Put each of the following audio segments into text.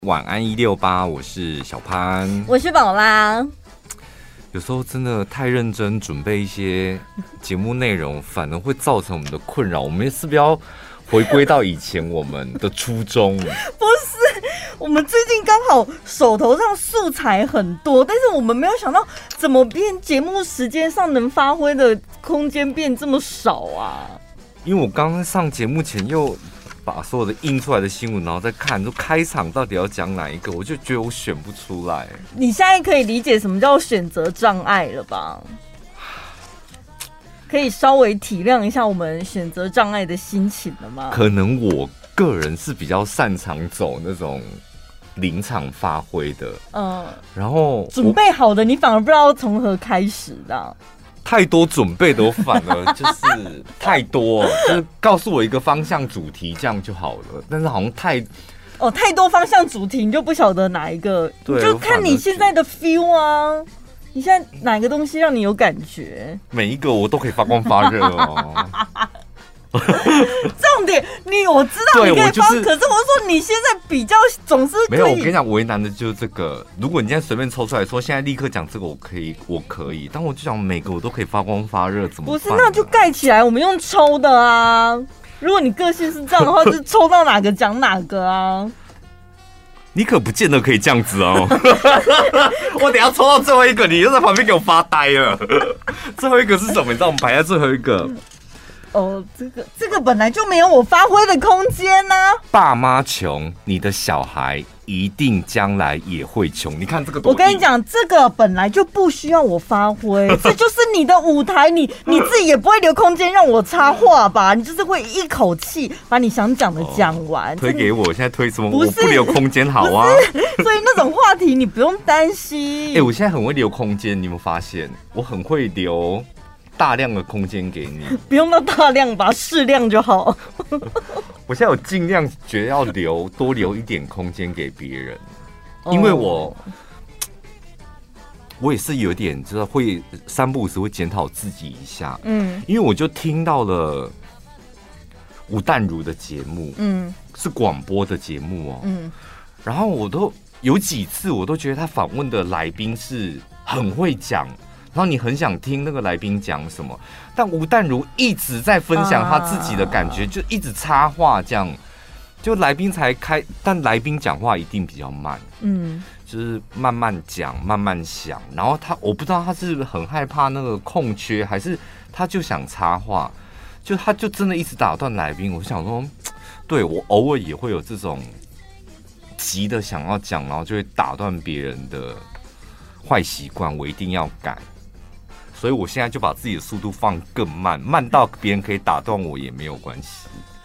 晚安168，我是小潘， 我是宝拉。 有时候真的太认真准备一些节目内容，反而会造成我们的困扰。我们是不是要回归到以前我们的初衷？ 不是，我们最近刚好手头上素材很多，但是我们没有想到怎么变节目时间上能发挥的空间变这么少啊！ 因为我刚刚上节目前又把所有的印出来的新闻，然后再看，就开场到底要讲哪一个，我就觉得我选不出来。 你现在可以理解什么叫选择障碍了吧？可以稍微体谅一下我们选择障碍的心情了吗？ 可能我个人是比较擅长走那种临场发挥的，然后准备好的你反而不知道从何开始的。 太多准备的，我反而就是太多，就是告诉我一个方向主题，这样就好了。但是好像太多方向主题，你就不晓得哪一个，你就看你现在的 feel 啊。你现在哪个东西让你有感觉？ 每一个我都可以发光发热哦。 重点，我知道你可以发，可是我说你现在比较总是没有。我跟你讲，为难的就是这个。如果你现在随便抽出来说，现在立刻讲这个，我可以。但我就想每个我都可以发光发热，怎么办？ 不是，那就盖起来，我们用抽的啊。如果你个性是这样的话，就抽到哪个讲哪个啊。 你可不见得可以这样子哦。我等一下抽到最后一个，你就在旁边给我发呆了。最后一个是什么？你知道我们排在最后一个。 这个本来就没有我发挥的空间啊。 爸妈穷，你的小孩一定将来也会穷。你看这个多硬， 我跟你讲，这个本来就不需要我发挥，这就是你的舞台，你自己也不会留空间让我插话吧？你就是会一口气把你想讲的讲完。 推给我，现在推什么？我不留空间好啊。 所以那种话题你不用担心。 我现在很会留空间，你有没有发现？我很会留大量的空间给你， 不用到大量吧，适量就好。 我现在有尽量觉得要多留一点空间给别人，因为我也是有点就是会三不五时会检讨自己一下，因为我就听到了吴淡如的节目，是广播的节目哦，然后我都有几次我都觉得他访问的来宾是很会讲。然后你很想听那个来宾讲什么，但吴淡如一直在分享他自己的感觉，就一直插话，这样就来宾才开，但来宾讲话一定比较慢，就是慢慢讲，慢慢想。然后我不知道他是很害怕那个空缺，还是他就想插话，他就真的一直打断来宾。我想说，对我偶尔也会有这种急的想要讲，然后就会打断别人的坏习惯，我一定要改。所以我现在就把自己的速度放更慢，慢到别人可以打断我也没有关系。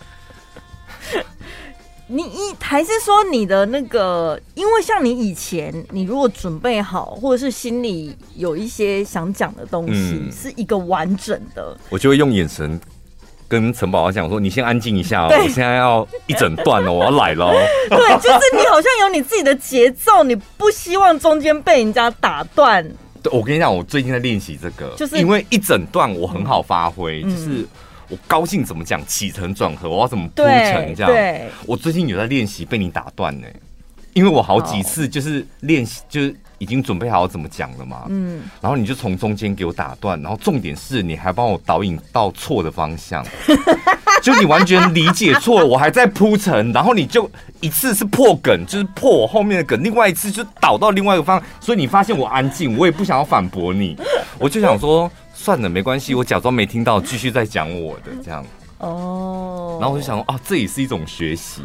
你还是说你的那个，因为像你以前，你如果准备好，或者是心里有一些想讲的东西，是一个完整的， 我就会用眼神跟陈宝华讲说：“你先安静一下哦，我现在要一整段哦，我要来了哦。” 对，就是你好像有你自己的节奏，你不希望中间被人家打断。 我跟你讲，我最近在练习这个，就是因为一整段我很好发挥，就是我高兴怎么讲，起承转合，我要怎么铺陈这样。对，我最近有在练习被你打断呢，因为我好几次就是练习，就是已经准备好怎么讲了嘛，然后你就从中间给我打断，然后重点是你还帮我导引到错的方向。就你完全理解错了，我还在铺陈，然后你就一次是破梗，就是破我后面的梗，另外一次就导到另外一个方向，所以你发现我安静，我也不想要反驳你，我就想说算了，没关系，我假装没听到，继续在讲我的这样。然后我就想说这也是一种学习。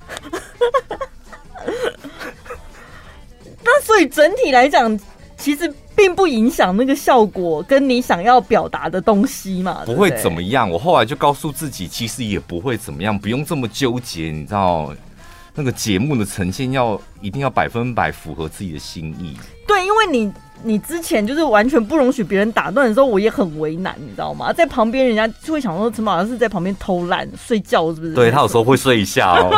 那所以整体来讲，其实并不影响那个效果跟你想要表达的东西嘛， 不会怎么样。我后来就告诉自己，其实也不会怎么样，不用这么纠结。你知道，那个节目的呈现一定要100%符合自己的心意。 对，因为你之前就是完全不容许别人打断的时候，我也很为难，你知道吗？在旁边人家就会想说，陈宝是在旁边偷懒睡觉，是不是？ 对，他有时候会睡一下哦。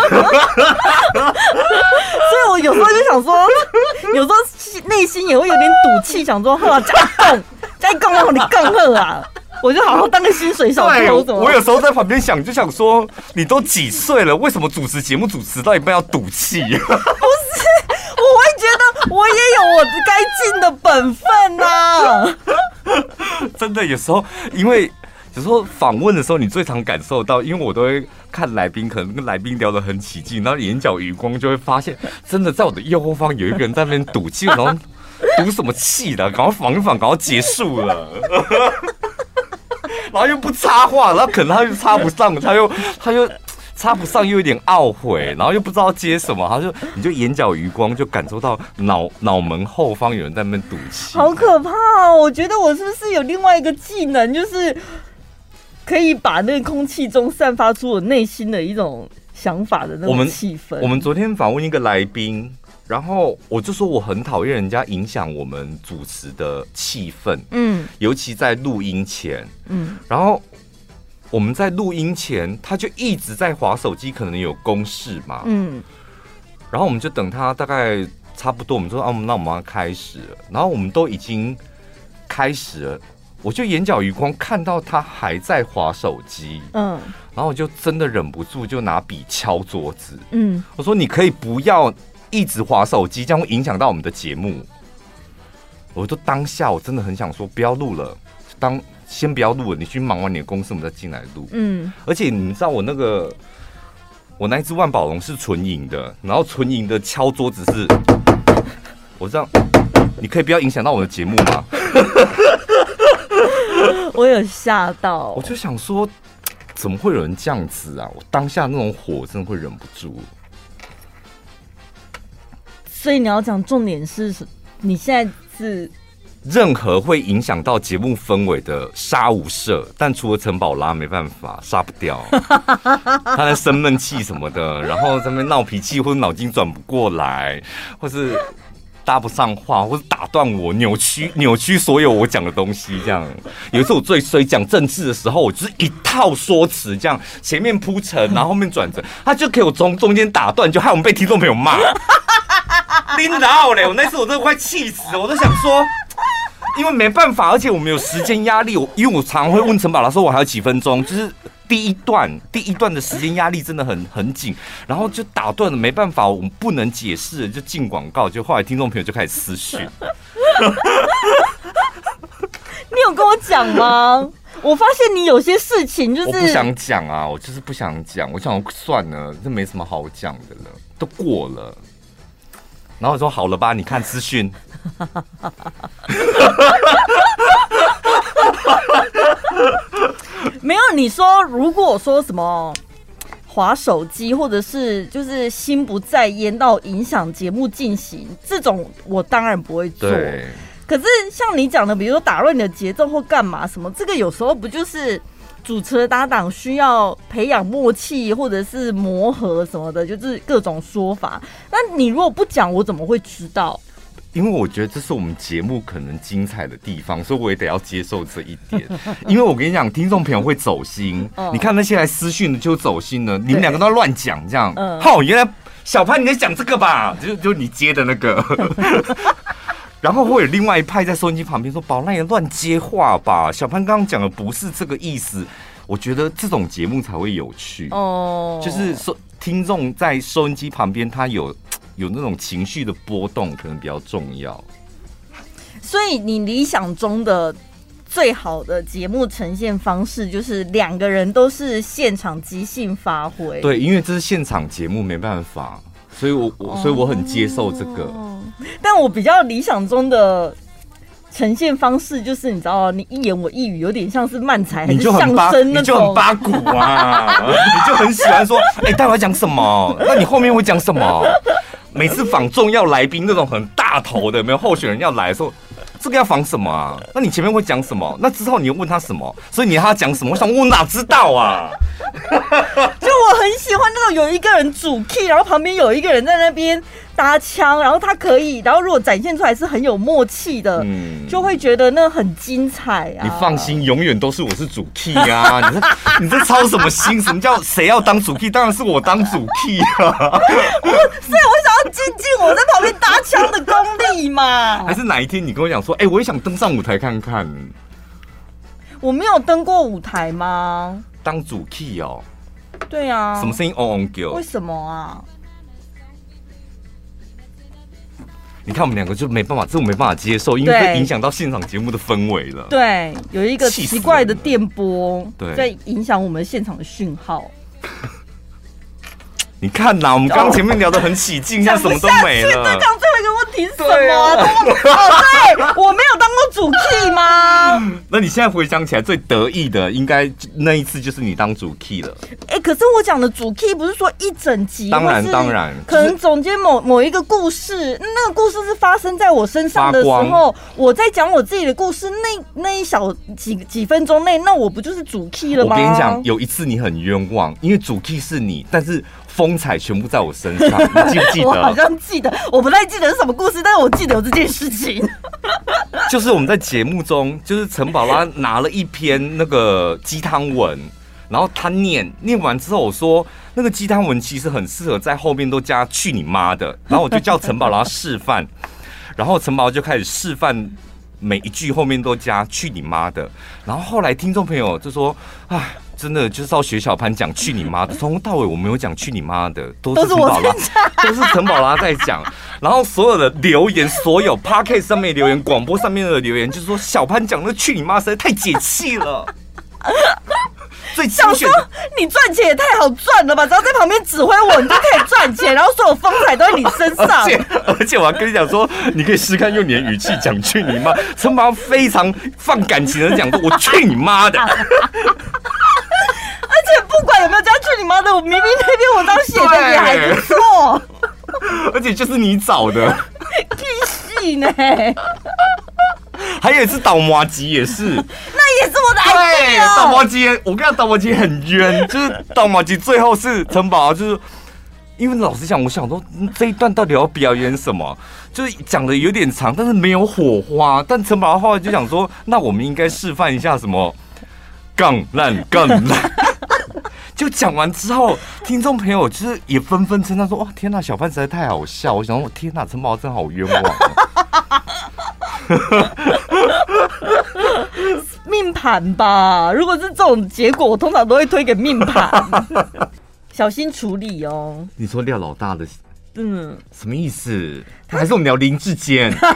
所以我有时候就想说，有时候内心也会有点赌气，想说呵，再供让你更呵啊！我就好好当个薪水小偷。 我有时候在旁边想，就想说，你都几岁了，为什么主持节目主持到一半要赌气？ 不是。 本分呐。 真的有时候，因为有时候访问的时候，你最常感受到，因为我都会看来宾，可能跟来宾聊得很起劲，然后眼角余光就会发现，真的在我的右后方有一个人在那边赌气，然后赌什么气的，赶快访一访，赶快结束了。然后又不插话，然后可能他又插不上，他又插不上，又有点懊悔，然后又不知道接什么，你就眼角余光就感受到脑门后方有人在那边赌气， 好可怕哦！我觉得我是不是有另外一个技能，就是可以把那个空气中散发出我内心的一种想法的那种气氛。 我们昨天访问一个来宾。然后我就说我很讨厌人家影响我们主持的气氛，尤其在录音前，然后我们在录音前，他就一直在滑手机，可能有公事嘛，然后我们就等他大概差不多，我们说那我们要开始了，然后我们都已经开始了，我就眼角余光看到他还在滑手机，然后我就真的忍不住就拿笔敲桌子，我说你可以不要一直滑手机，这样会影响到我们的节目。我就当下我真的很想说，不要录了，先不要录了，你去忙完你的公司，我们再进来录。而且你知道我那一只万宝龙是纯银的，然后纯银的敲桌子是，我这样，你可以不要影响到我的节目吗？ 我有吓到， 我就想说，怎么会有人这样子啊？我当下那种火真的会忍不住。 所以你要讲重点是，你现在是任何会影响到节目氛围的杀无赦，但除了陈宝拉没办法杀不掉，他在生闷气什么的，然后在那边闹脾气，或者脑筋转不过来，或是搭不上话，或是打断我，扭曲所有我讲的东西，这样。有一次我最衰讲政治的时候，我就是一套说辞，这样前面铺陈，然后后面转折，他就给我中间打断，就害我们被听众朋友骂。拎到嘞！我那次我真的快气死了，我都想说，因为没办法，而且我们有时间压力，因为我常常会问陈宝拉说，我还有几分钟，就是第一段的时间压力真的很紧，然后就打断了，没办法，我们不能解释，就进广告，就后来听众朋友就开始私讯。 你有跟我讲吗？我发现你有些事情就是我不想讲啊，我就是不想讲，我想算了，这没什么好讲的了，都过了。然后我说好了吧，你看资讯。 没有，你说如果说什么滑手机，或者是就是心不在焉到影响节目进行，这种我当然不会做。可是像你讲的，比如说打乱你的节奏或干嘛什么，这个有时候不就是主持的搭档需要培养默契或者是磨合什么的，就是各种说法。那你如果不讲，我怎么会知道？ 因为我觉得这是我们节目可能精彩的地方，所以我也得要接受这一点。因为我跟你讲，听众朋友会走心，你看那些来私讯的就走心了，你们两个都要乱讲这样。原来小潘你在讲这个吧？就你接的那个。然后会有另外一派在收音机旁边说：“宝，那也乱接话吧？小潘刚刚讲的不是这个意思。”我觉得这种节目才会有趣就是说听众在收音机旁边，他有那种情绪的波动，可能比较重要。 所以你理想中的最好的节目呈现方式，就是两个人都是现场即兴发挥。 对，因为这是现场节目，没办法。所以我很接受这个， 但我比较理想中的呈现方式就是，你知道，你一言我一语，有点像是漫才还是相声那种， 你就很八股啊，你就很喜欢说，待会要讲什么？那你后面会讲什么？每次访重要来宾那种很大头的，没有候选人要来的时候，这个要访什么啊？那你前面会讲什么？那之后你又问他什么？所以你要他讲什么？我想我哪知道啊？ 就我很喜欢那种有一个人主 key， 然后旁边有一个人在那边搭腔，然后他可以，然后如果展现出来是很有默契的，就会觉得那很精彩啊！ 你放心，永远都是我是主 key 啊！你在操什么心？什么叫谁要当主 key？ 当然是我当主 key 啊！ 所以我想要精进我在旁边搭腔的功力嘛。 还是哪一天你跟我讲说，我也想登上舞台看看。 我没有登过舞台吗？ 当主 key 哦。 对啊。 什么声音？嗡嗡叫。 为什么啊？ 你看我们两个就没办法，这我没办法接受，因为会影响到现场节目的氛围了。 对，有一个奇怪的电波在影响我们现场的讯号。 你看呐，我们刚前面聊得很起劲，现在什么都没了。 对，讲最后一个问题是什么啊？对，我没有当过主 key 吗？ 那你现在回想起来，最得意的应该那一次就是你当主 key 了。 可是我讲的主 key 不是说一整集， 当然， 可能总结某一个故事，那个故事是发生在我身上的时候，我在讲我自己的故事，那一小几分钟内，那我不就是主 key 了吗？ 我跟你讲，有一次你很冤枉，因为主 key 是你，但是风采全部在我身上，你记不记得？ 我好像记得，我不太记得是什么故事，但是我记得有这件事情。 就是我们在节目中，就是陈宝拉拿了一篇那个鸡汤文，然后他念完之后，我说那个鸡汤文其实很适合在后面都加去你妈的，然后我就叫陈宝拉示范，然后陈宝拉就开始示范每一句后面都加去你妈的，然后后来听众朋友就说，哎。真的就是要学小潘讲去你妈的，从头到尾我没有讲去你妈的，都是陈宝拉，都是陈宝拉在讲。然后所有的留言，所有 Podcast 上面留言、广播上面的留言，就是说小潘讲那去你妈实在太解气了。最想说你赚钱也太好赚了吧，只要在旁边指挥我，你就可以赚钱，然后所有风采都在你身上。 而且我还跟你讲说，你可以试看用你的语气讲去你妈。陈宝拉非常放感情的讲说，我去你妈的。 而且不管有没有加去你妈的，我明明那篇文章写的也还不错， 而且就是你找的， 屁戏呢。 还有一次倒麻吉也是， 那也是我的 idea。 对，倒麻吉，我跟你讲，倒麻吉很冤，就是倒麻吉最后是陈宝，就是因为老实讲，我想说这一段到底要表演什么，就是讲的有点长，但是没有火花。但陈宝后来就想说，那我们应该示范一下什么杠烂。就讲完之后，听众朋友就是也纷纷称赞说：“哇，天哪，小潘实在太好笑！”我想说，天哪，陈宝真好冤枉。 命盘吧，如果是这种结果，我通常都会推给命盘，小心处理哦。 你说廖老大的，什么意思？还是我们聊林志坚？廖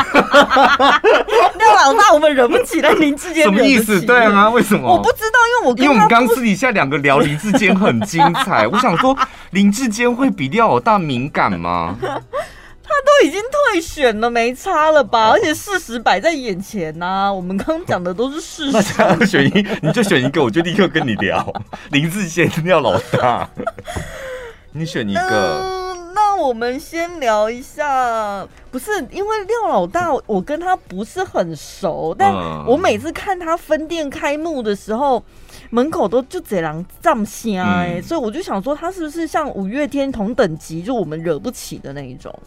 老大，我们惹不起来，林志坚什么意思？对啊，为什么？ 我不知道，因为我们刚私底下两个聊林志坚很精彩。我想说，林志坚会比廖老大敏感吗？ 他都已经退选了，没差了吧？而且事实摆在眼前啊，我们刚讲的都是事实。 那想要选你就选一个，我就立刻跟你聊林志坚、廖老大。你选一个。 那我们先聊一下，不是因为廖老大，我跟他不是很熟，但我每次看他分店开幕的时候，门口都就这人站下所以我就想说，他是不是像五月天同等级，就我们惹不起的那一种？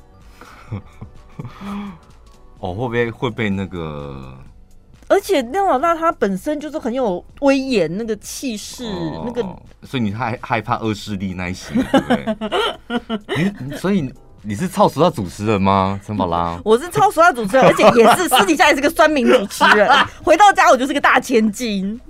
哦，会被那个？ 而且廖老大他本身就是很有威严，那个气势，那个， 所以你害怕恶势力那一些，对不对？所以你是超时代主持人吗？陈宝拉， 我是超时代主持人，而且也是私底下也是个酸民主持人。回到家我就是个大千金。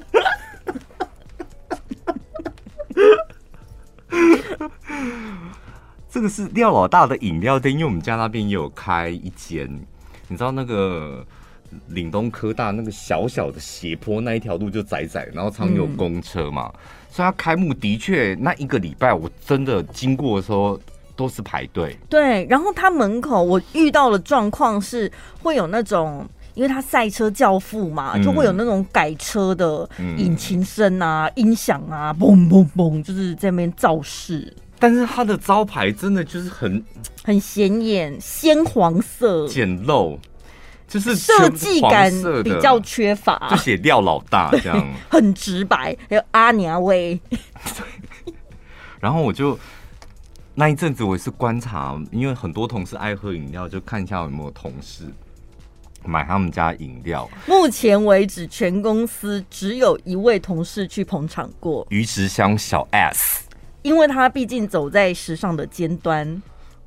这个是廖老大的饮料店，因为我们家那边也有开一间，你知道那个。岭东科大那个小小的斜坡那一条路就窄窄，然后常有公车嘛，所以它开幕的确那一个礼拜我真的经过的时候都是排队。对， 然后它门口我遇到的状况是会有那种，因为它赛车教父嘛，就会有那种改车的引擎声啊、音响啊，嘣嘣嘣，就是在那边造势。 但是它的招牌真的就是很显眼，鲜黄色， 简陋。就是设计感比较缺乏， 就写廖老大这样， 很直白，还有阿娘味。 然后我就那一阵子我也是观察，因为很多同事爱喝饮料，就看一下有没有同事买他们家饮料。 目前为止，全公司只有一位同事去捧场过， 鱼池乡小 S， 因为他毕竟走在时尚的尖端。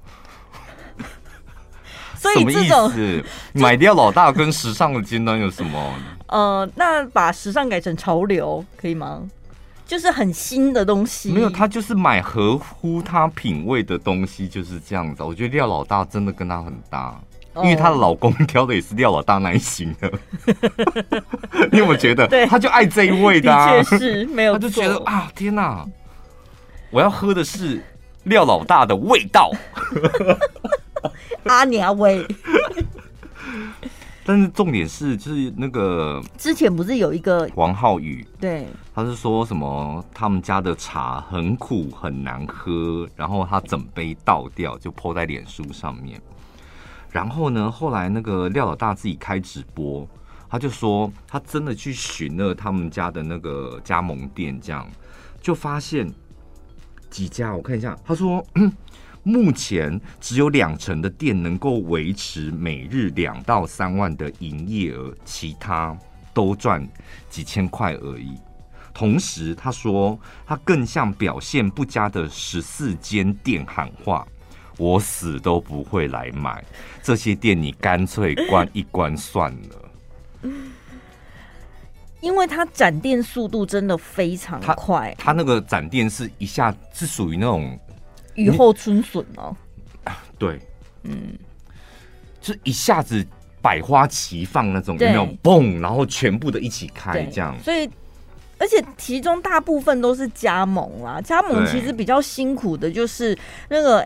所以这种什么意思？买掉老大跟时尚的尖端有什么？ 那把时尚改成潮流可以吗？就是很新的东西。 没有，他就是买合乎他品味的东西，就是这样子。我觉得廖老大真的跟他很搭。 因为她的老公挑的也是廖老大那一型的。你有没有觉得？ 对， 他就爱这一味的、啊， 的确是没有错。 他就觉得啊，天哪，我要喝的是廖老大的味道。 阿娘味。 但是重点是，就是那个之前不是有一个王浩宇， 对， 他是说什么他们家的茶很苦很难喝，然后他整杯倒掉就 po 在脸书上面。然后呢，后来那个廖老大自己开直播，他就说他真的去寻了他们家的那个加盟店，这样就发现几家，我看一下，他说。目前只有2成的店能够维持每日2到3万的营业额，其他都赚几千块而已。同时，他说他更向表现不佳的14间店喊话：“我死都不会来买这些店，你干脆关一关算了。” 因为他展店速度真的非常快， 他那个展店是一下是属于那种。 雨后春笋哦， 对，就一下子百花齐放那种，有没有？嘣，然后全部的一起开这样。 所以，而且其中大部分都是加盟啦。加盟其实比较辛苦的就是那个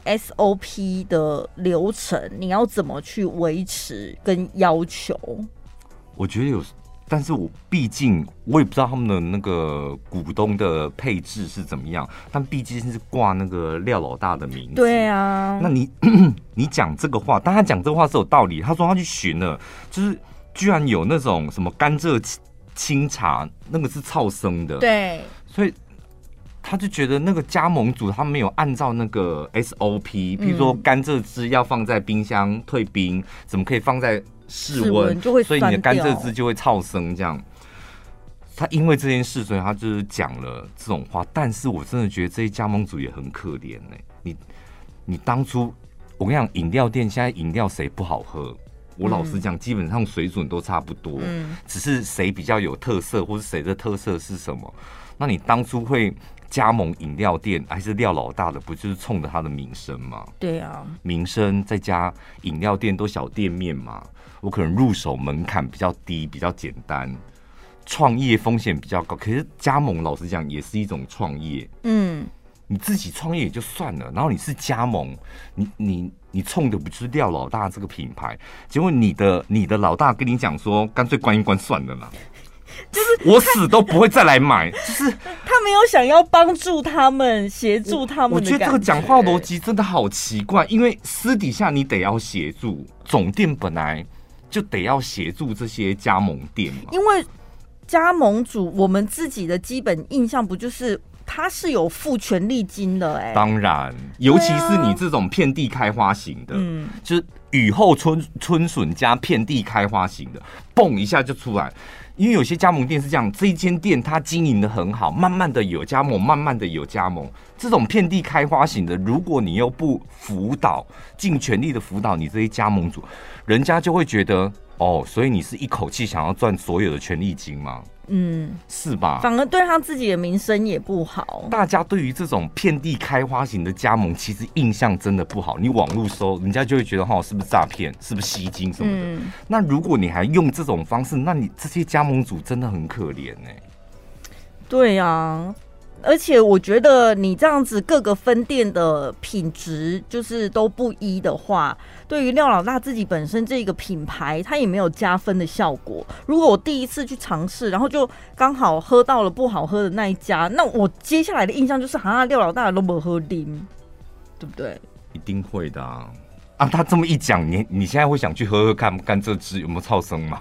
SOP 的流程，你要怎么去维持跟要求？ 我觉得有。但是毕竟我也不知道他们的那个股东的配置是怎么样，但毕竟是挂那个廖老大的名字。 对啊， 那你讲这个话，但他讲这个话是有道理。他说他去寻了，就是居然有那种什么甘蔗清茶，那个是超生的。 对， 所以他就觉得那个加盟主他没有按照那个 SOP， 譬如说甘蔗汁要放在冰箱退冰，怎么可以放在室温就会所以你的甘蔗汁就会超生这样。他因为这件事，所以他就是讲了这种话。但是我真的觉得这些加盟主也很可怜你当初我跟你讲，饮料店现在饮料谁不好喝？我老实讲，基本上水准都差不多，只是谁比较有特色，或是谁的特色是什么？那你当初会加盟饮料店还是廖老大的，不就是冲着他的名声吗？ 对啊， 名声再加饮料店都小店面嘛。我可能入手门槛比较低，比较简单，创业风险比较高。可是加盟，老实讲也是一种创业。你自己创业也就算了，然后你是加盟，你冲的不就是廖老大这个品牌？结果你的老大跟你讲说，干脆关一关算了啦。就是我死都不会再来买，就是他没有想要帮助他们、协助他们的我觉得这个讲话逻辑真的好奇怪，因为私底下你得要协助总店，本来就得要协助这些加盟店嘛。 因为加盟主，我们自己的基本印象不就是他是有付权利金的？ 当然，尤其是你这种遍地开花型的，就是雨后春笋加遍地开花型的，蹦一下就出来。因为有些加盟店是这样，这一间店它经营的很好，慢慢的有加盟，慢慢的有加盟。这种遍地开花型的，如果你又不辅导，尽全力的辅导你这些加盟主，人家就会觉得哦，所以你是一口气想要赚所有的权利金吗？是吧？ 反而对他自己的名声也不好。 大家对于这种遍地开花型的加盟，其实印象真的不好。你网络搜，人家就会觉得是不是诈骗，是不是吸金什么的。那如果你还用这种方式，那你这些加盟主真的很可怜对啊。而且我觉得你这样子各个分店的品质就是都不一的话，对于廖老大自己本身这个品牌，它也没有加分的效果。如果我第一次去尝试，然后就刚好喝到了不好喝的那一家，那我接下来的印象就是廖老大都没喝啉，对不对？ 一定会的啊！他这么一讲，你现在会想去喝喝看甘蔗汁有没有超生吗？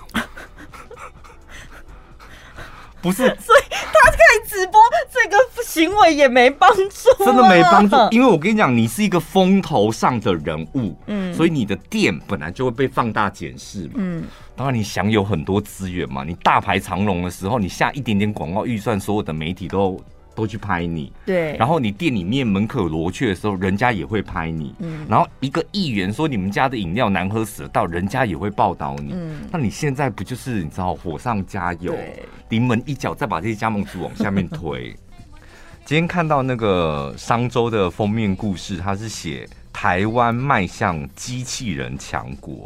不是， 所以他开直播这个行为也没帮助， 真的没帮助。因为我跟你讲，你是一个风头上的人物，所以你的店本来就会被放大检视嘛。当然你享有很多资源嘛，你大排长龙的时候，你下一点点广告预算，所有的媒体都去拍你， 对。 然后你店里面门可罗雀的时候，人家也会拍你，然后一个议员说你们家的饮料难喝死了，到人家也会报道你，那你现在不就是你知道火上加油，临门一脚，再把这些加盟主往下面推。今天看到那个商周的封面故事，它是写台湾迈向机器人强国。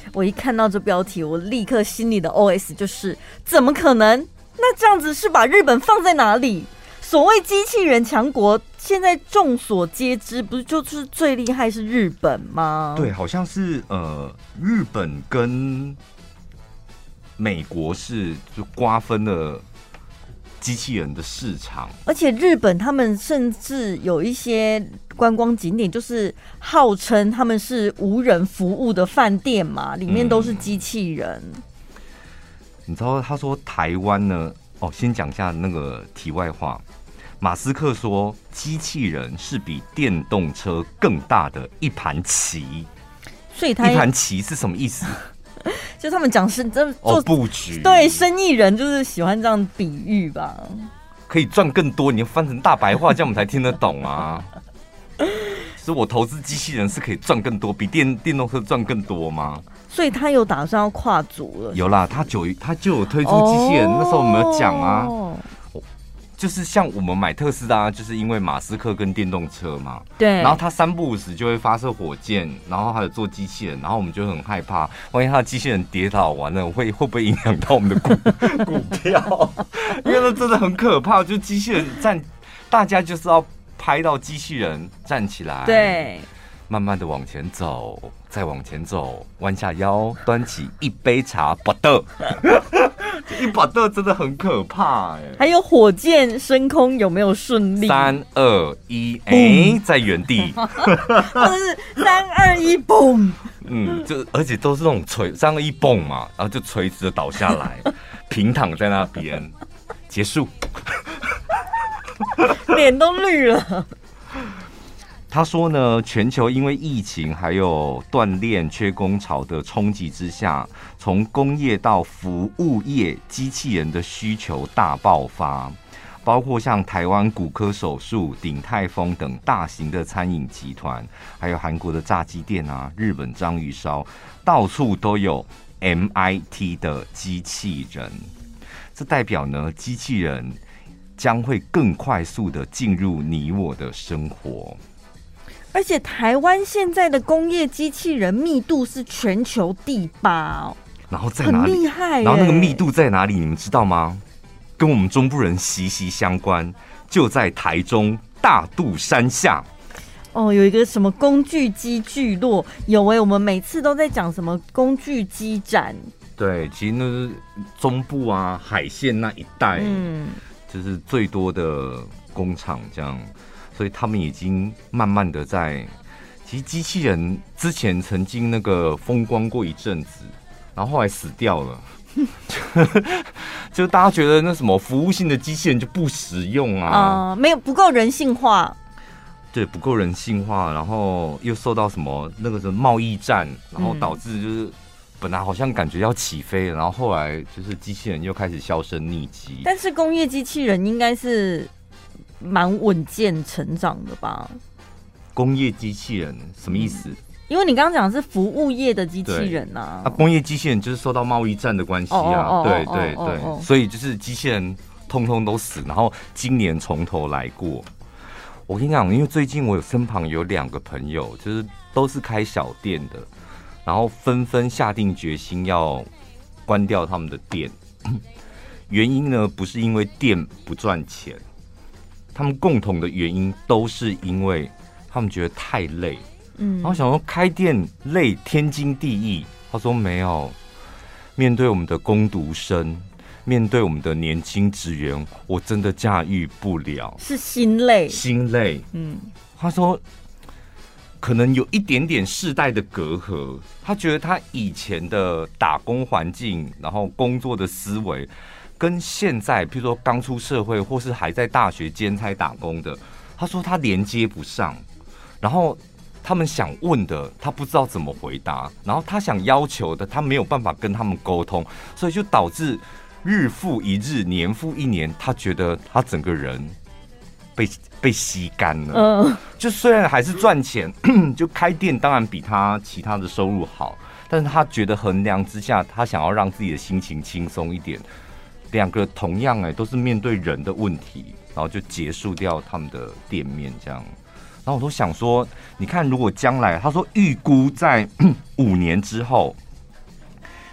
我一看到这标题，我立刻心里的 OS 就是怎么可能？那这样子是把日本放在哪里？所谓机器人强国，现在众所皆知，不是就是最厉害是日本吗？ 对，好像是日本跟美国是就瓜分了机器人的市场， 而且日本他们甚至有一些观光景点，就是号称他们是无人服务的饭店嘛，里面都是机器人。 你知道他说台湾呢？先讲一下那个题外话。马斯克说，机器人是比电动车更大的一盘棋。 所以一盘棋是什么意思？ 就他们讲是做布局， 对，生意人就是喜欢这样比喻吧。 可以赚更多，你要翻成大白话，这样我们才听得懂啊。所以我投资机器人是可以赚更多，比电动车赚更多吗？ 所以他有打算要跨足了。 有啦，他就有推出机器人，那时候我们有讲啊。就是像我们买特斯拉，就是因为马斯克跟电动车嘛， 对， 然后他3不5时就会发射火箭，然后还有做机器人，然后我们就很害怕，万一他的机器人跌倒完了，会不会影响到我们的股票？因为那真的很可怕，就机器人大家就是要拍到机器人站起来， 对， 慢慢的往前走，再往前走，弯下腰，端起一杯茶，不得。一把豆真的很可怕还有火箭升空有没有顺利 ？3、2、1，在原地， 或者是3、2、1，嘣！ 就而且都是那种3、2、1嘣嘛，然后就垂直的倒下来，平躺在那边，结束， 脸都绿了。 他说呢，全球因为疫情还有锻炼缺工潮的冲击之下，从工业到服务业，机器人的需求大爆发，包括像台湾骨科手术、鼎泰丰等大型的餐饮集团，还有韩国的炸鸡店啊，日本章鱼烧，到处都有 MIT 的机器人。这代表呢，机器人将会更快速的进入你我的生活。 而且台湾现在的工业机器人密度是全球第8哦， 然后在哪里？ 很厉害耶。 然后那个密度在哪里？你们知道吗？跟我们中部人息息相关，就在台中大肚山下。 有一个什么工具机聚落，有我们每次都在讲什么工具机展。 对，其实那是中部啊海线那一带，就是最多的工厂这样。所以他们已经慢慢的在，其实机器人之前曾经那个风光过一阵子，然后后来死掉了，就大家觉得那什么服务性的机器人就不实用啊， 没有不够人性化， 对，不够人性化，然后又受到什么那个什么贸易战，然后导致就是本来好像感觉要起飞了，然后后来就是机器人又开始销声匿迹。 但是工业机器人应该是蛮稳健成长的吧？ 工业机器人什么意思？ 因为你刚刚讲的是服务业的机器人啊， 工业机器人就是受到贸易战的关系啊，对对对，所以就是机器人通通都死，然后今年从头来过。我跟你讲，因为最近我身旁有2个朋友，就是都是开小店的，然后纷纷下定决心要关掉他们的店。原因呢，不是因为店不赚钱。他们共同的原因都是因为他们觉得太累，然后想说开店累天经地义。他说没有，面对我们的工读生，面对我们的年轻职员，我真的驾驭不了， 是心累， 心累。他说可能有一点点世代的隔阂，他觉得他以前的打工环境，然后工作的思维。跟现在，譬如说刚出社会或是还在大学兼差打工的，他说他连接不上，然后他们想问的他不知道怎么回答，然后他想要求的他没有办法跟他们沟通，所以就导致日复一日，年复一年，他觉得他整个人被吸干了。就虽然还是赚钱，就开店当然比他其他的收入好，但是他觉得衡量之下，他想要让自己的心情轻松一点。2个同样都是面对人的问题，然后就结束掉他们的店面这样。然后我都想说，你看如果将来他说预估在5年之后，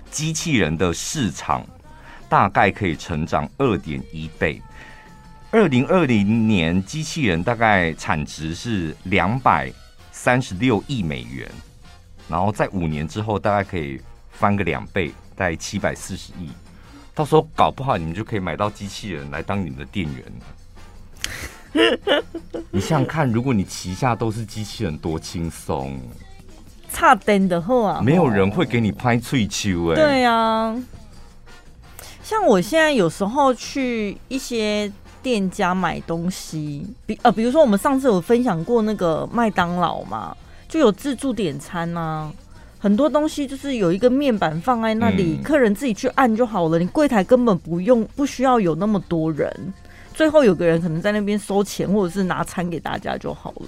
机器人的市场大概可以成长2.1倍。2020年机器人大概产值是236亿美元，然后在5年之后大概可以翻个2倍，大概740亿。到时候搞不好你们就可以买到机器人来当你们的店员了。你想想看，如果你旗下都是机器人，多轻松！ 差点的后啊， 没有人会给你拍脆球哎。 对啊，像我现在有时候去一些店家买东西，比如说我们上次有分享过那个麦当劳嘛，就有自助点餐啊。很多东西就是有一个面板放在那里，客人自己去按就好了，你柜台根本不需要有那么多人，最后有个人可能在那边收钱或者是拿餐给大家就好了。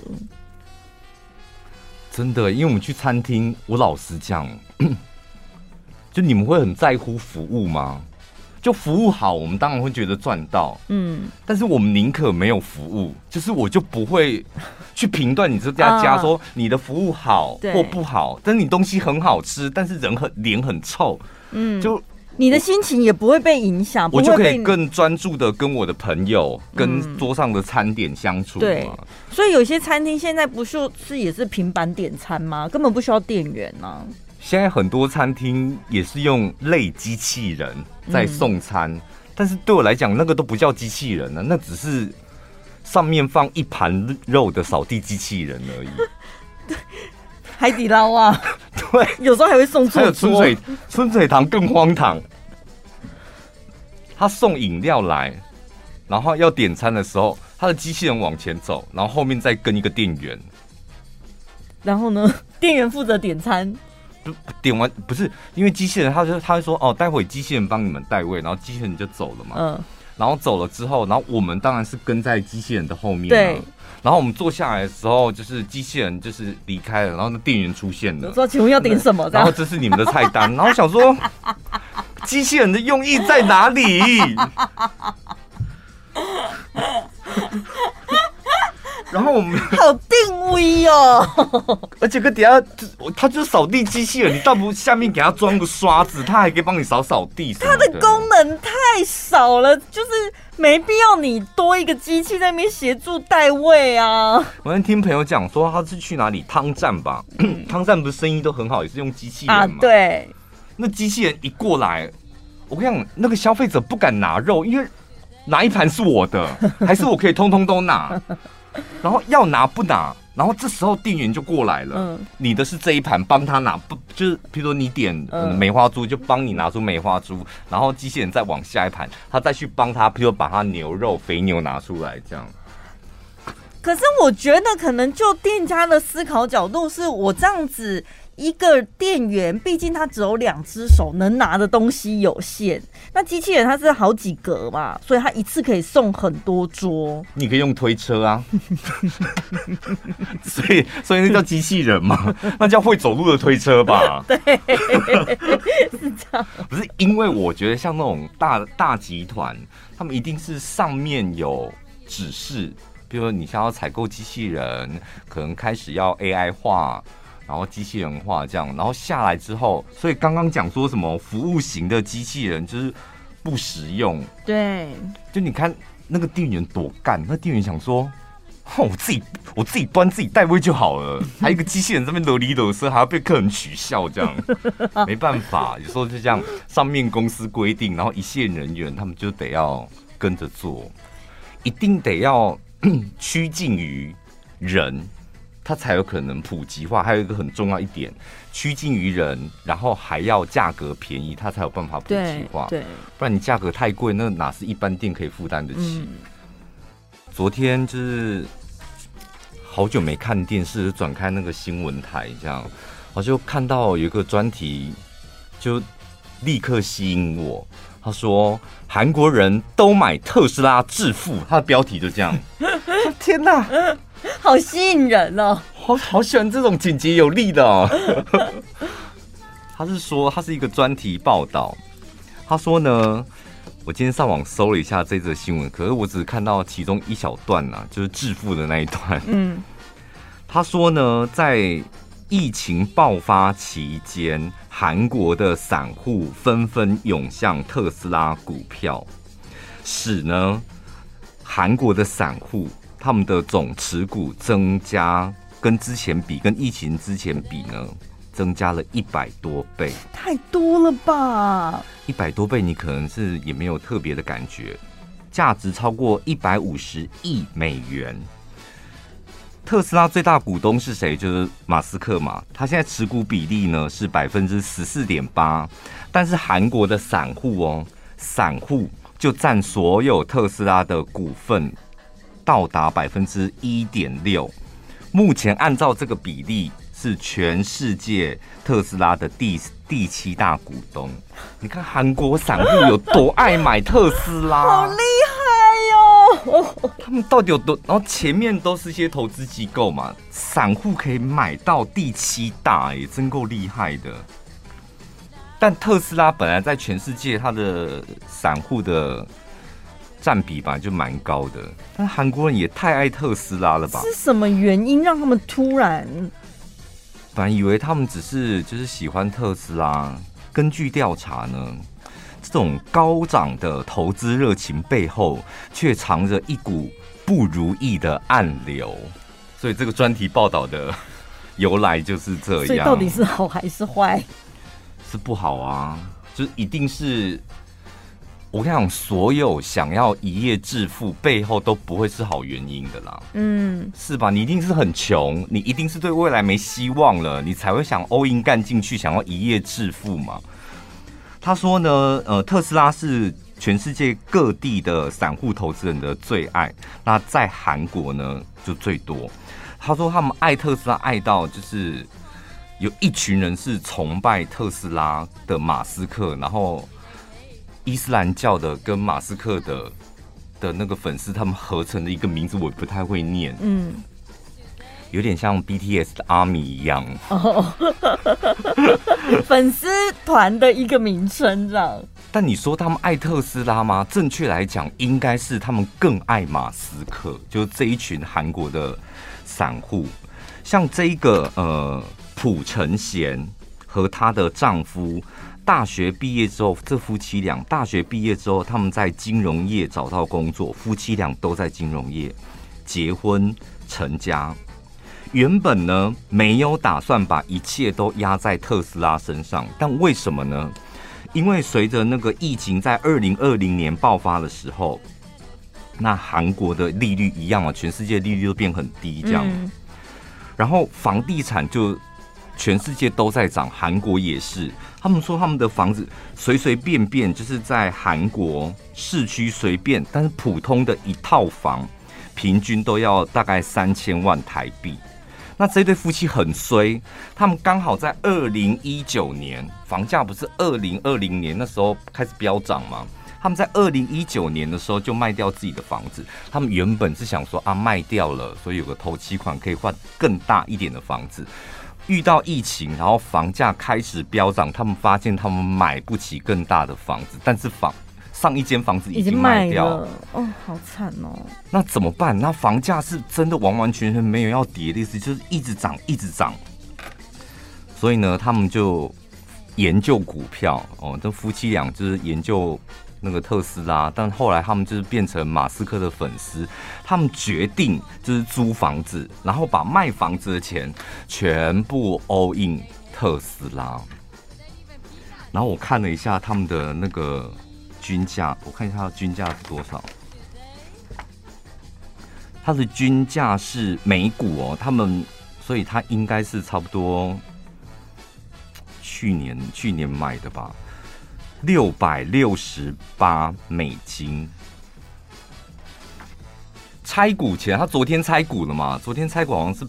真的，因为我们去餐厅，我老实讲，就你们会很在乎服务吗？就服务好，我们当然会觉得赚到，但是我们宁可没有服务，就是我就不会去评断你这家说你的服务好或不好，但是你东西很好吃，但是脸很臭，就你的心情也不会被影响， 我就可以更专注的跟我的朋友、跟桌上的餐点相处。 对，所以有些餐厅现在不是也是平板点餐吗？根本不需要店员啊。 现在很多餐厅也是用类机器人在送餐，但是对我来讲，那个都不叫机器人了，那只是上面放一盘肉的扫地机器人而已。 海底捞啊， 对， 有时候还会送错桌。 还有春水堂更荒唐，他送饮料来，然后要点餐的时候，他的机器人往前走，然后后面再跟一个店员。 然后呢，店员负责点餐。 点完不是因为机器人，他会说哦，待会机器人帮你们带位，然后机器人就走了嘛。然后走了之后，然后我们当然是跟在机器人的后面。对。然后我们坐下来的时候，就是机器人就是离开了，然后那店员出现了， 说：“请问要点什么？” 然后这是你们的菜单。然后想说，机器人的用意在哪里？然后我们好定位哦， 而且跟底下他就是扫地机器人，你倒不下面给他装个刷子，他还可以帮你扫地。 它的功能太少了，就是没必要你多一个机器在那边协助带位啊。 我听朋友讲说他是去哪里汤站吧，汤站不是生意都很好，也是用机器人嘛。 对， 那机器人一过来，我跟你讲，那个消费者不敢拿肉，因为拿一盘是我的，还是我可以通通都拿。然后要拿不拿，然后这时候店员就过来了，你的是这一盘，帮他拿，不就是比如说你点梅花猪，就帮你拿出梅花猪，然后机器人再往下一盘，他再去帮他，比如把他牛肉肥牛拿出来，这样。 可是我觉得可能就店家的思考角度是，我这样子一个店员，毕竟他只有2只手，能拿的东西有限。那机器人它是好几格嘛，所以它一次可以送很多桌。你可以用推车啊，所以那叫机器人嘛，那叫会走路的推车吧？ 对，是这样。 不是因为我觉得像那种大集团，他们一定是上面有指示。比如说你想要采购机器人，可能开始要 AI 化，然后机器人化这样，然后下来之后，所以刚刚讲说什么服务型的机器人就是不实用。 对， 就你看那个店员多干，那店员想说，我自己端自己带位就好了，还有一个机器人这边啰里啰嗦，还要被客人取笑这样，没办法，有时候就这样，上面公司规定，然后一线人员他们就得要跟着做，一定得要趋近于人，它才有可能普及化。还有一个很重要一点，趋近于人，然后还要价格便宜，它才有办法普及化。对，不然你价格太贵，那哪是一般店可以负担得起？昨天就是好久没看电视，转开那个新闻台，这样我就看到有一个专题，就立刻吸引我。他说韩国人都买特斯拉致富，他的标题就这样。天哪， 好吸引人哦！ 好喜欢这种简洁有力的哦。他是说他是一个专题报道，他说呢，我今天上网搜了一下这则新闻，可是我只看到其中一小段啊，就是致富的那一段。他说呢，在疫情爆发期间，韩国的散户纷纷涌向特斯拉股票，使呢韩国的散户他们的总持股增加，跟之前比，跟疫情之前比呢，增加了100多倍， 太多了吧 ？100多倍，你可能是也没有特别的感觉，价值超过150亿美元。特斯拉最大股东是谁？就是马斯克嘛。他现在持股比例呢是14.8%，但是韩国的散户散户就占所有特斯拉的股份到达1.6%。目前按照这个比例，是全世界特斯拉的第7大股东。你看韩国散户有多爱买特斯拉， 好厉害！ 他们到底有多？然后前面都是一些投资机构嘛，散户可以买到第7大，真够厉害的。但特斯拉本来在全世界它的散户的占比吧就蛮高的，但韩国人也太爱特斯拉了吧？ 是什么原因让他们突然？ 本来以为他们只是就是喜欢特斯拉，根据调查呢，这种高涨的投资热情背后，却藏着一股不如意的暗流。所以这个专题报道的由来就是这样。 所以到底是好还是坏？ 是不好啊，就是一定是。我跟你讲，所有想要一夜致富背后都不会是好原因的啦，是吧？你一定是很穷，你一定是对未来没希望了，你才会想 all in 干进去，想要一夜致富嘛。他说呢，特斯拉是全世界各地的散户投资人的最爱，那在韩国呢就最多。他说他们爱特斯拉爱到就是有一群人是崇拜特斯拉的马斯克，然后伊斯兰教的跟马斯克的那个粉丝，他们合成的一个名字，我不太会念，有点像 BTS 的 ARMY 一样， 粉丝团的一个名称这样。 但你说他们爱特斯拉吗？正确来讲，应该是他们更爱马斯克，就是这一群韩国的散户，像这一个朴成贤和她的丈夫。大学毕业之后，这夫妻俩大学毕业之后，他们在金融业找到工作，夫妻俩都在金融业，结婚成家。原本呢没有打算把一切都压在特斯拉身上，但为什么呢？因为随着那个疫情在2020年爆发的时候，那韩国的利率一样啊，全世界利率都变很低这样，然后房地产就全世界都在涨，韩国也是。他们说他们的房子随随便便就是在韩国市区随便，但是普通的一套房平均都要大概3000万台币。那这对夫妻很衰，他们刚好在2019年，房价不是2020年那时候开始飙涨吗？他们在2019年的时候就卖掉自己的房子。他们原本是想说卖掉了，所以有个头期款可以换更大一点的房子。遇到疫情，然后房价开始飙涨，他们发现他们买不起更大的房子，但是上一间房子已经卖掉了， 好惨哦。 那怎么办？那房价是真的完完全全没有要跌的意思，就是一直涨一直涨。所以呢，他们就研究股票这夫妻俩就是研究那个特斯拉，但后来他们就是变成马斯克的粉丝，他们决定就是租房子，然后把卖房子的钱全部 all in 特斯拉。然后我看了一下他们的那个均价，我看一下它的均价是多少。它的均价是每股他们所以它应该是差不多去年买的吧。$668，拆股前，他昨天拆股了嘛？昨天拆股好像是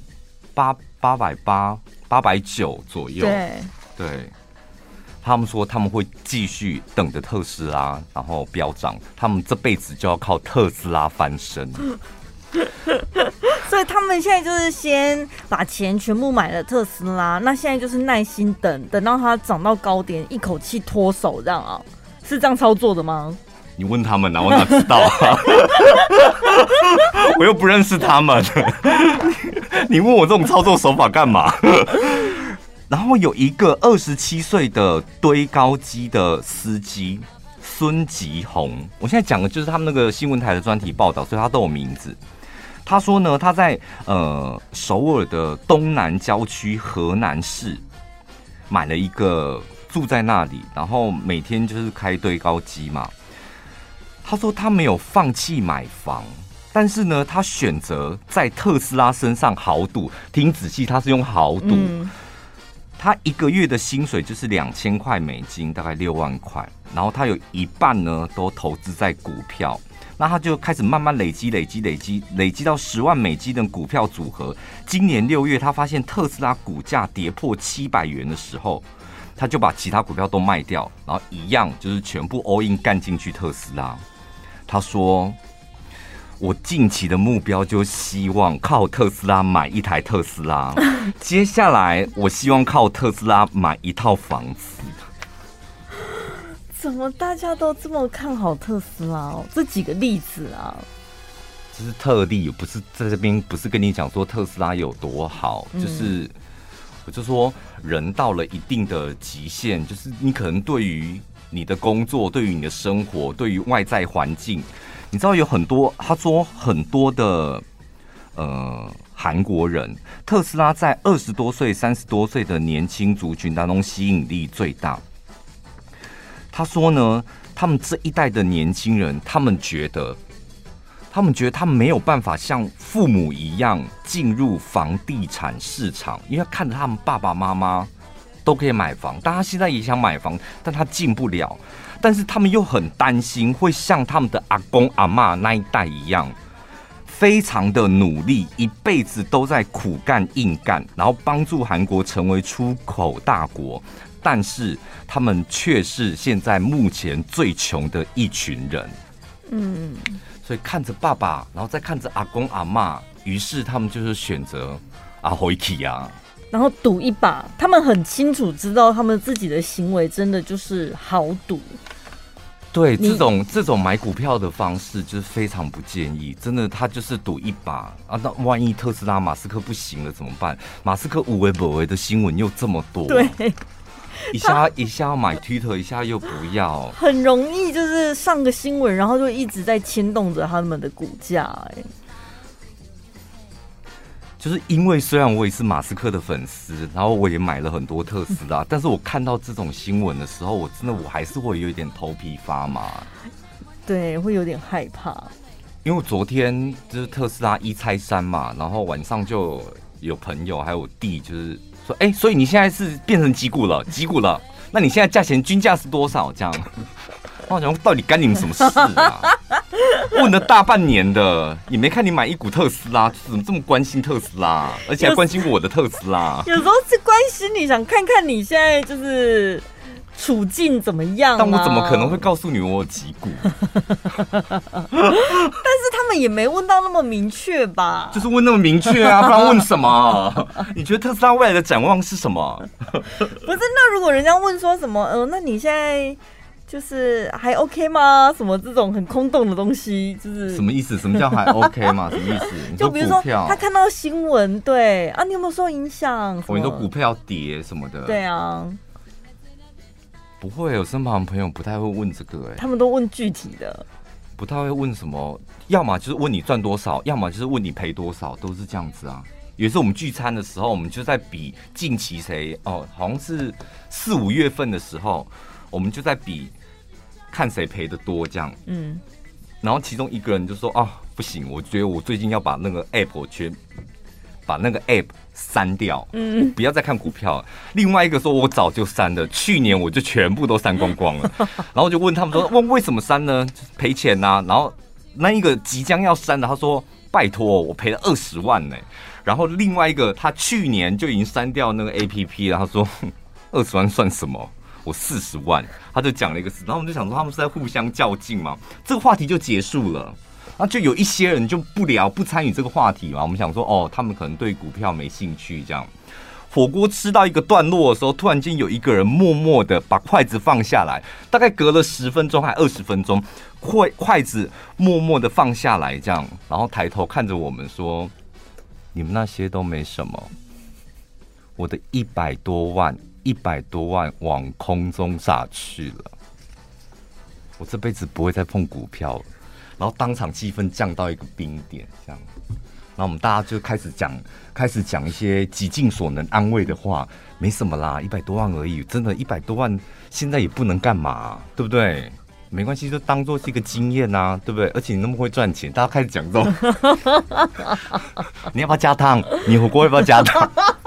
890左右。对，他们说他们会继续等着特斯拉，然后飙涨，他们这辈子就要靠特斯拉翻身。 所以他们现在就是先把钱全部买了特斯拉，那现在就是耐心等到它涨到高点，一口气脱手这样啊？是这样操作的吗？ 你问他们啊，我哪知道啊？我又不认识他们，你问我这种操作手法干嘛？然后有一个27岁的堆高机的司机孙吉宏，我现在讲的就是他们那个新闻台的专题报道，所以他都有名字。他说呢，他在首尔的东南郊区河南市买了一个住在那里，然后每天就是开堆高机嘛。他说他没有放弃买房，但是呢，他选择在特斯拉身上豪赌。听仔细，他是用豪赌。他一个月的薪水就是2000块美金，大概6万块，然后他有一半呢都投资在股票。那他就开始慢慢累积到10万美金的股票组合。今年6月，他发现特斯拉股价跌破700元的时候，他就把其他股票都卖掉，然后一样就是全部 all in 干进去特斯拉。他说：“我近期的目标就希望靠特斯拉买一台特斯拉，接下来我希望靠特斯拉买一套房子。” 怎么大家都这么看好特斯拉哦？这几个例子啊， 这是特例，不是在这边不是跟你讲说特斯拉有多好，就是我就说人到了一定的极限，就是你可能对于你的工作、对于你的生活、对于外在环境，你知道有很多，他说很多的韩国人，特斯拉在20多岁、30多岁的年轻族群当中吸引力最大。他说呢，他们这一代的年轻人，他们觉得他们没有办法像父母一样进入房地产市场，因为看着他们爸爸妈妈都可以买房，但他现在也想买房，但他进不了。但是他们又很担心会像他们的阿公阿嬷那一代一样，非常的努力，一辈子都在苦干硬干，然后帮助韩国成为出口大国。但是他们却是现在目前最穷的一群人。所以看着爸爸，然后再看着阿公阿嬷，于是他们就是选择回去啊， 然后赌一把。他们很清楚知道他们自己的行为真的就是豪赌。 对，这种买股票的方式就是非常不建议，真的，他就是赌一把啊。那万一特斯拉马斯克不行了怎么办？马斯克无为不为的新闻又这么多， 对。 一下要买 Twitter， 一下又不要， 很容易就是上个新闻，然后就一直在牵动着他们的股价。 就是因为虽然我也是马斯克的粉丝，然后我也买了很多特斯拉，但是我看到这种新闻的时候，我还是会有一点头皮发麻， 对，会有点害怕。 因为昨天就是特斯拉一拆3嘛，然后晚上就有朋友还有我弟就是说，所以你现在是变成几股了？那你现在价钱均价是多少？这样，我想到底干你们什么事啊？问了大半年的，也没看你买一股特斯拉，怎么这么关心特斯拉？而且还关心我的特斯拉。 有时候是关心你，想看看你现在就是处境怎么样。 但我怎么可能会告诉你我有几股？ 但是他们也没问到那么明确吧？ 就是问那么明确啊，不然问什么？你觉得特斯拉未来的展望是什么？ 不是，那如果人家问说什么，那你现在就是还 OK 吗？什么这种很空洞的东西，就是什么意思？什么叫还 OK 吗？什么意思？你说就比如说他看到新闻，对啊，你有没有受影响？ 你说股票跌什么的？ 对啊。 不会，我身旁的朋友不太会问这个， 他们都问具体的， 不太会问什么，要么就是问你赚多少，要么就是问你赔多少，都是这样子啊。有一次我们聚餐的时候，我们就在比近期谁好像是4、5月份的时候，我们就在比看谁赔的多这样。然后其中一个人就说不行，我觉得我最近要把那个 app 删掉，不要再看股票。另外一个说，我早就删了，去年我就全部都删光光了。然后就问他们说，为什么删呢？赔钱啊。然后那一个即将要删的，他说拜托，我赔了20万呢。然后另外一个他去年就已经删掉那个 APP 了，他说20万算什么？我40万。他就讲了一个事，然后我们就想说他们是在互相较劲嘛，这个话题就结束了。那就有一些人就不参与这个话题嘛。我们想说他们可能对股票没兴趣这样。 火锅吃到一个段落的时候，突然间有一个人默默的把筷子放下来，大概隔了10分钟还20分钟，筷子默默的放下来，这样，然后抬头看着我们说：“你们那些都没什么，我的100多万往空中炸去了，我这辈子不会再碰股票了。”然后当场气氛降到一个冰点，这样。然后我们大家就开始讲一些极尽所能安慰的话，没什么啦，100多万而已，真的100多万现在也不能干嘛，对不对？没关系，就当做是一个经验啊，对不对？而且你那么会赚钱，大家开始讲这种，你要不要加汤？你火锅要不要加汤？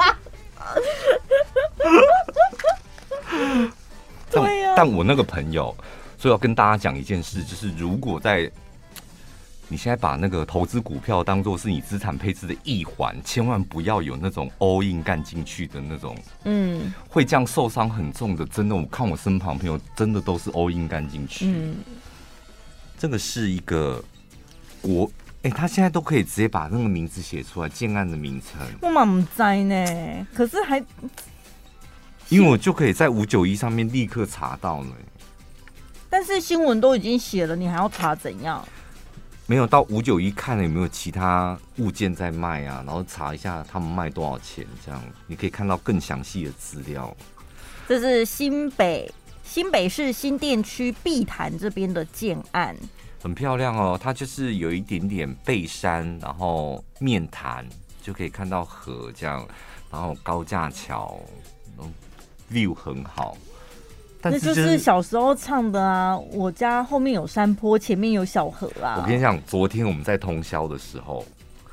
对呀。 但我那个朋友，所以要跟大家讲一件事，就是如果在你现在把那个投资股票当作是你资产配置的一环，千万不要有那种 all in 干进去的那种，会这样受伤很重的。真的，我看我身旁朋友真的都是 all in 干进去。这个是一个他现在都可以直接把那个名字写出来，建案的名称。 我嘛不知呢，可是还因为我就可以在591上面立刻查到了。 但是新闻都已经写了，你还要查怎样？ 没有到591看了有没有其他物件在卖啊，然后查一下他们卖多少钱，这样你可以看到更详细的资料。 这是新北市新店区碧潭这边的建案， 很漂亮哦。它就是有一点点背山，然后面潭就可以看到河这样，然后高架桥，view 很好。 那就是小时候唱的啊！我家后面有山坡，前面有小河啊！ 我跟你讲，昨天我们在通宵的时候，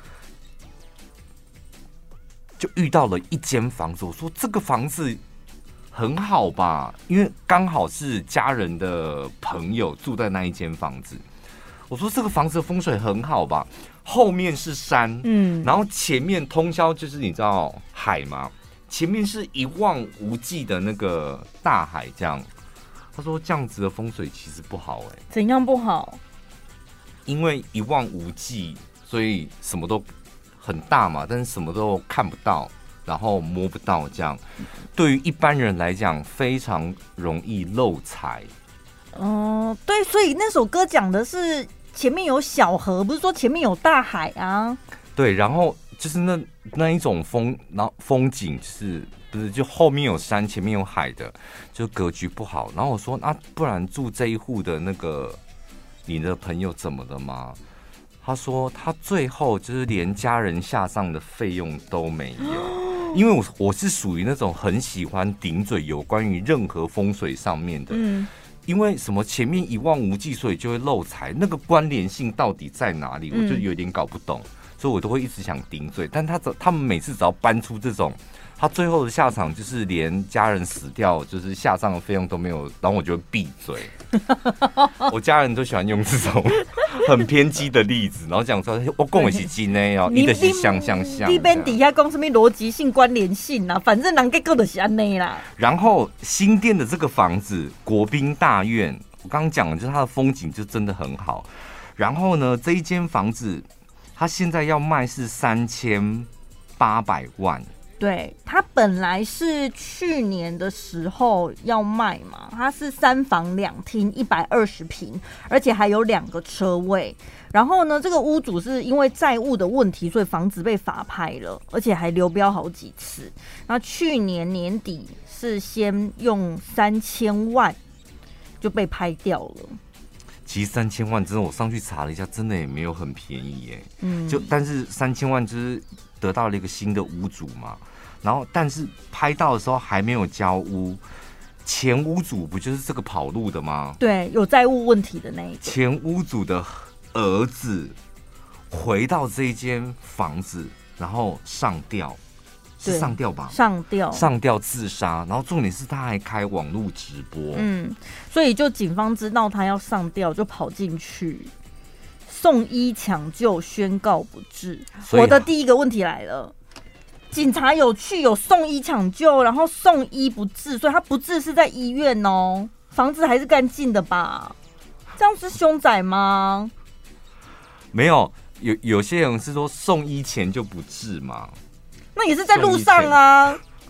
就遇到了一间房子。我说这个房子很好吧，因为刚好是家人的朋友住在那一间房子。我说这个房子的风水很好吧，后面是山，然后前面通宵就是你知道海吗？前面是一望无际的那个大海，这样。他说这样子的风水其实不好怎样不好？ 因为一望无际，所以什么都很大嘛，但是什么都看不到，然后摸不到，这样对于一般人来讲非常容易漏财。 对，所以那首歌讲的是前面有小河，不是说前面有大海啊。 对，然后就是那一种风景是不是就后面有山，前面有海的，就格局不好。然后我说，不然住这一户的那个你的朋友怎么了吗？他说他最后就是连家人下葬的费用都没有，因为我是属于那种很喜欢顶嘴有关于任何风水上面的，因为什么前面一望无际，所以就会漏财，那个关联性到底在哪里？我就有点搞不懂。所以我都会一直想顶嘴，但他们每次只要搬出这种，他最后的下场就是连家人死掉，就是下葬的费用都没有，然后我就会闭嘴。我家人都喜欢用这种很偏激的例子，然后讲说我讲的是真的哦，一的是像。 你边底下讲什么逻辑性、关联性啊？反正人结果就是安内啦。 然后新店的这个房子国宾大院，我刚刚讲的就是它的风景就真的很好。然后呢，这一间房子。他现在要卖是3800万， 对，他本来是去年的时候要卖嘛，他是3房2厅120平，而且还有2个车位。然后呢，这个屋主是因为债务的问题，所以房子被法拍了，而且还流标好几次。那去年年底是先用3000万就被拍掉了。 其实3000万真的，我上去查了一下，真的也没有很便宜但是3000万就是得到了一个新的屋主嘛，然后但是拍到的时候还没有交屋，前屋主不就是这个跑路的吗？ 对，有债务问题的那一个。 前屋主的儿子回到这一间房子，然后上吊。是上吊吧？上吊自杀，然后重点是他还开网络直播， 所以就警方知道他要上吊，就跑进去送医抢救，宣告不治。我的第一个问题来了，警察有送医抢救，然后送医不治，所以他不治是在医院哦，房子还是干净的吧？这样是凶宅吗？ 没有，有些人是说送医前就不治嘛。 那也是在路上啊，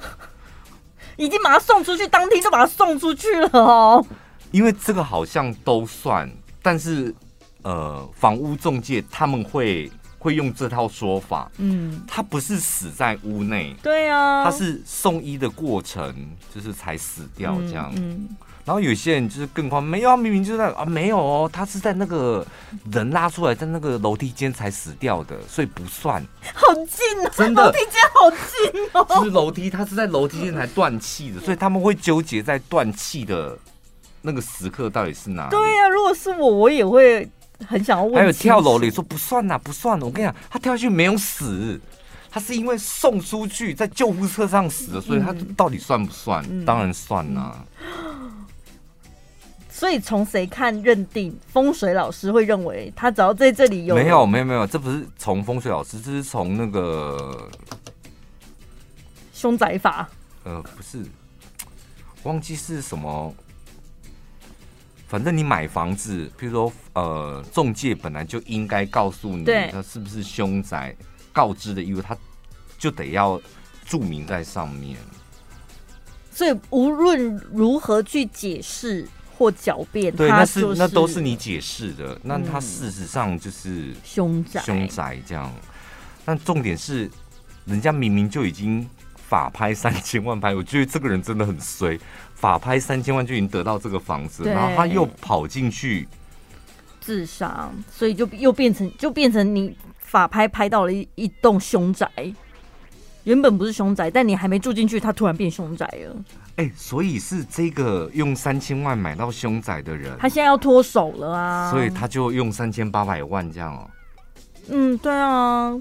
已经把它送出去，当天就把它送出去了哦。 因为这个好像都算，但是房屋仲介他们会用这套说法，他不是死在屋内， 对啊， 他是送医的过程，就是才死掉这样。然后有些人就是更夸张，没有啊，明明就在没有哦，他是在那个人拉出来，在那个楼梯间才死掉的，所以不算。 好近哦， 真的， 楼梯间好近哦。 就是楼梯，他是在楼梯间才断气的，所以他们会纠结在断气的那个时刻到底是哪里。 对啊，如果是我也会很想要问。 还有跳楼的说不算啦，不算了。我跟你讲，他跳下去没有死。他是因为送出去在救护车上死了，所以他到底算不算？当然算啦。 所以从谁看认定风水老师会认为他只要在这里有没有，这不是从风水老师，这是从那个凶宅法。 不是，忘记是什么。反正你买房子，譬如说仲介本来就应该告诉你他是不是凶宅，告知的义务，他就得要注明在上面。 所以无论如何去解释或狡辩， 对，那都是你解释的。那它事实上就是凶宅这样。但重点是，人家明明就已经法拍3000万拍，我觉得这个人真的很衰。法拍3000万就已经得到这个房子，然后他又跑进去自杀，所以就变成你法拍到了一栋凶宅。原本不是凶宅，但你还没住进去，它突然变凶宅了。 所以是这个用3000万买到凶宅的人， 他现在要脱手了啊， 所以他就用3800万这样对啊。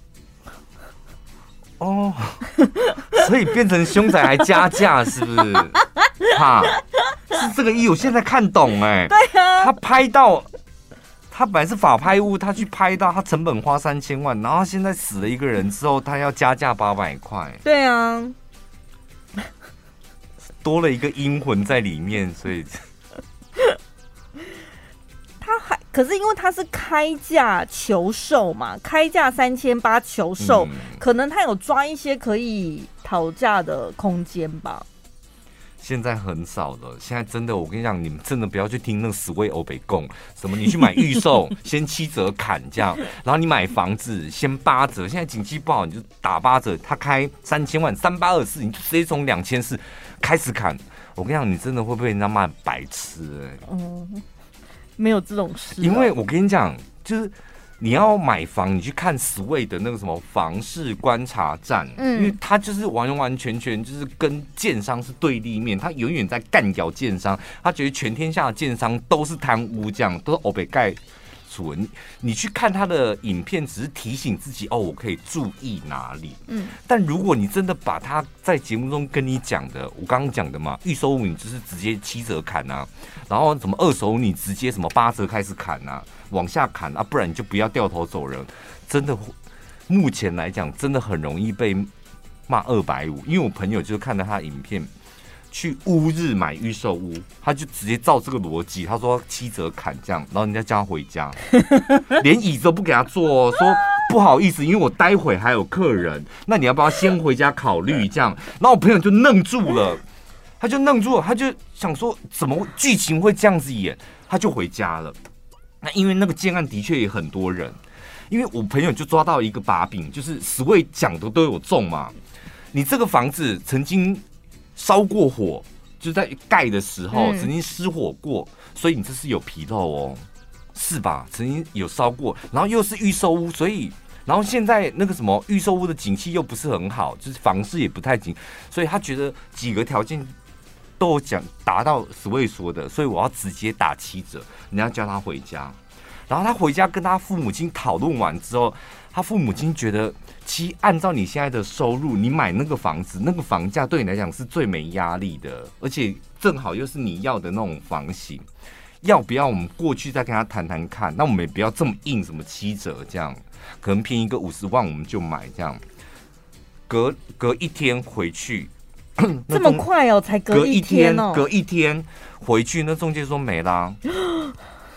所以变成凶宅还加价，是不是？是这个意，我现在看懂对啊， 他拍到。他本来是法拍屋，他去拍到，他成本花3000万，然后现在死了一个人之后，他要加价800块。 对啊， 多了一个阴魂在里面，所以可是因为他是开价求售嘛，开价3800求售，可能他有抓一些可以讨价的空间吧。 现在很少了，现在真的，我跟你讲，你们真的不要去听那个死位欧北贡，什么你去买预售先7折砍这样，然后你买房子先8折，现在景气不好你就打8折，他开3000万3824，你就直接从2400开始砍。我跟你讲，你真的会被人家骂白痴没有这种事， 因为我跟你讲，就是你要买房，你去看Sway的那个什么房市观察站，因为他就是完完全全就是跟建商是对立面，他永远在干掉建商，他觉得全天下的建商都是贪污，这样都是欧北盖纯。你去看他的影片，只是提醒自己我可以注意哪里。但如果你真的把他在节目中跟你讲的，我刚刚讲的嘛，预售屋你就是直接7折砍啊，然后什么二手屋你直接什么8折开始砍啊。往下砍啊，不然你就不要掉头走人。真的，目前来讲，真的很容易被骂250。因为我朋友就是看到他的影片，去乌日买预售屋，他就直接照这个逻辑，他说7折砍这样，然后人家叫他回家，连椅子都不给他坐说不好意思，因为我待会还有客人，那你要不要先回家考虑这样？然后我朋友就愣住了，他就想说怎么剧情会这样子演，他就回家了。那因为那个建案的确也很多人，因为我朋友就抓到一个把柄，就是Sway讲的都有中嘛。你这个房子曾经烧过火，就在盖的时候曾经失火过，所以你这是有纰漏是吧？曾经有烧过，然后又是预售屋，所以然后现在那个什么预售屋的景气又不是很好，就是房市也不太景，所以他觉得几个条件都有讲达到Sway说的，所以我要直接打7折，你要叫他回家。然后他回家跟他父母亲讨论完之后，他父母亲觉得，其实按照你现在的收入，你买那个房子，那个房价对你来讲是最没压力的，而且正好又是你要的那种房型，要不要我们过去再跟他谈谈看？那我们也不要这么硬，什么7折这样，可能便宜个50万我们就买这样。隔一天回去。 这么快才隔一天隔一天回去，那中介说没啦。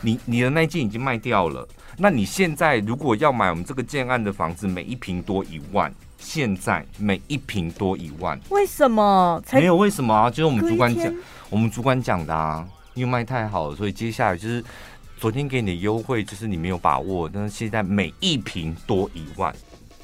你的那间已经卖掉了，那你现在如果要买我们这个建案的房子，每一坪多1万，现在每一坪多1万， 为什么？ 没有为什么啊，就是我们主管讲的啊，因为卖太好了，所以接下来就是昨天给你的优惠，就是你没有把握，但是现在每一坪多1万。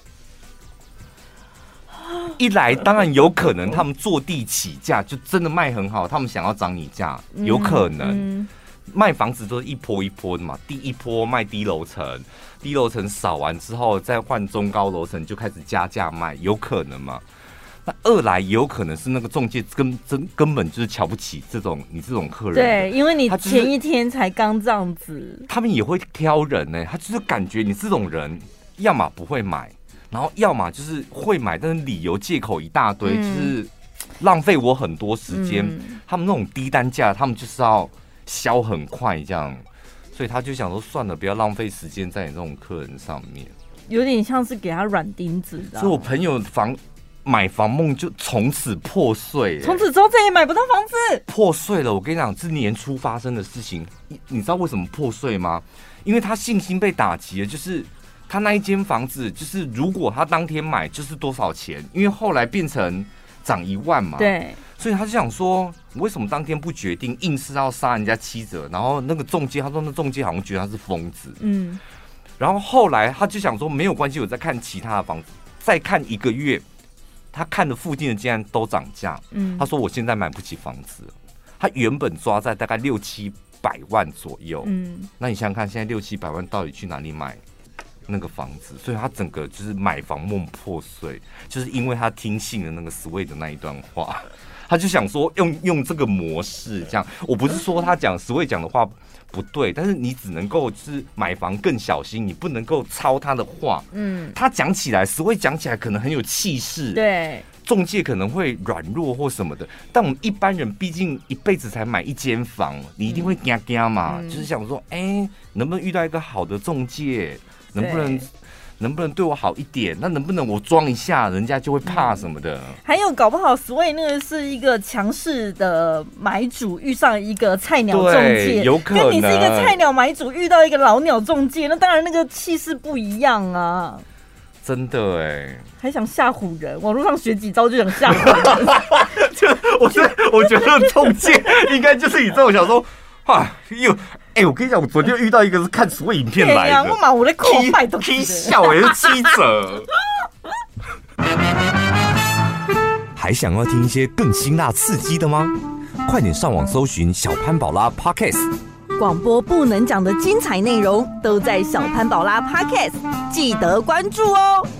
一来当然有可能他们坐地起价就真的卖很好，他们想要涨你价，有可能。卖房子都是一波一波的嘛，第一波卖低楼层，低楼层扫完之后再换中高楼层就开始加价卖，有可能嘛？那二来也有可能是那个中介根本就是瞧不起你这种客人， 对，因为你前一天才刚这样子， 他们也会挑人呢，他就是感觉你这种人要么不会买。然后要么就是会买，但是理由借口一大堆，就是浪费我很多时间。他们那种低单价，他们就是要销很快这样，所以他就想说算了，不要浪费时间在你这种客人上面。 有点像是给他软钉子， 所以我朋友买房梦就从此破碎， 从此之后再也买不到房子， 破碎了。我跟你讲，是年初发生的事情。你知道为什么破碎吗？因为他信心被打击了，就是他那一间房子，就是如果他当天买就是多少钱，因为后来变成涨1万嘛， 对， 所以他就想说，为什么当天不决定，硬是要杀人家7折？然后那个中介，他说那中介好像觉得他是疯子，然后后来他就想说没有关系，我再看其他的房子，再看1个月，他看的附近的竟然都涨价，他说我现在买不起房子了，他原本抓在大概600-700万左右，那你想想看，现在600-700万到底去哪里买那个房子？所以他整个就是买房梦破碎，就是因为他听信了那个 Sway 的那一段话，他就想说用这个模式这样。我不是说他讲 Sway 讲的话不对，但是你只能够就是买房更小心，你不能够抄他的话。他讲起来 Sway 讲起来可能很有气势， 对， 中介可能会软弱或什么的，但我们一般人毕竟一辈子才买一间房，你一定会惊惊嘛，就是想说，能不能遇到一个好的中介？能不能对我好一点？那能不能我装一下，人家就会怕什么的？ 还有搞不好 Sway 那个是一个强势的买主遇上一个菜鸟中介， 有可能跟你是一个菜鸟买主遇到一个老鸟中介，那当然那个气势不一样啊。真的还想吓唬人，网络上学几招就想吓唬人。 我觉得中介应该就是你这种想说。我跟你讲，我昨天遇到一个是看Sway影片来的， 我嘛我在抠拜都可以笑是7折。还想要听一些更辛辣刺激的吗？快点上网搜寻小潘宝拉 Podcast， 广播不能讲的精彩内容都在小潘宝拉 Podcast， 记得关注哦。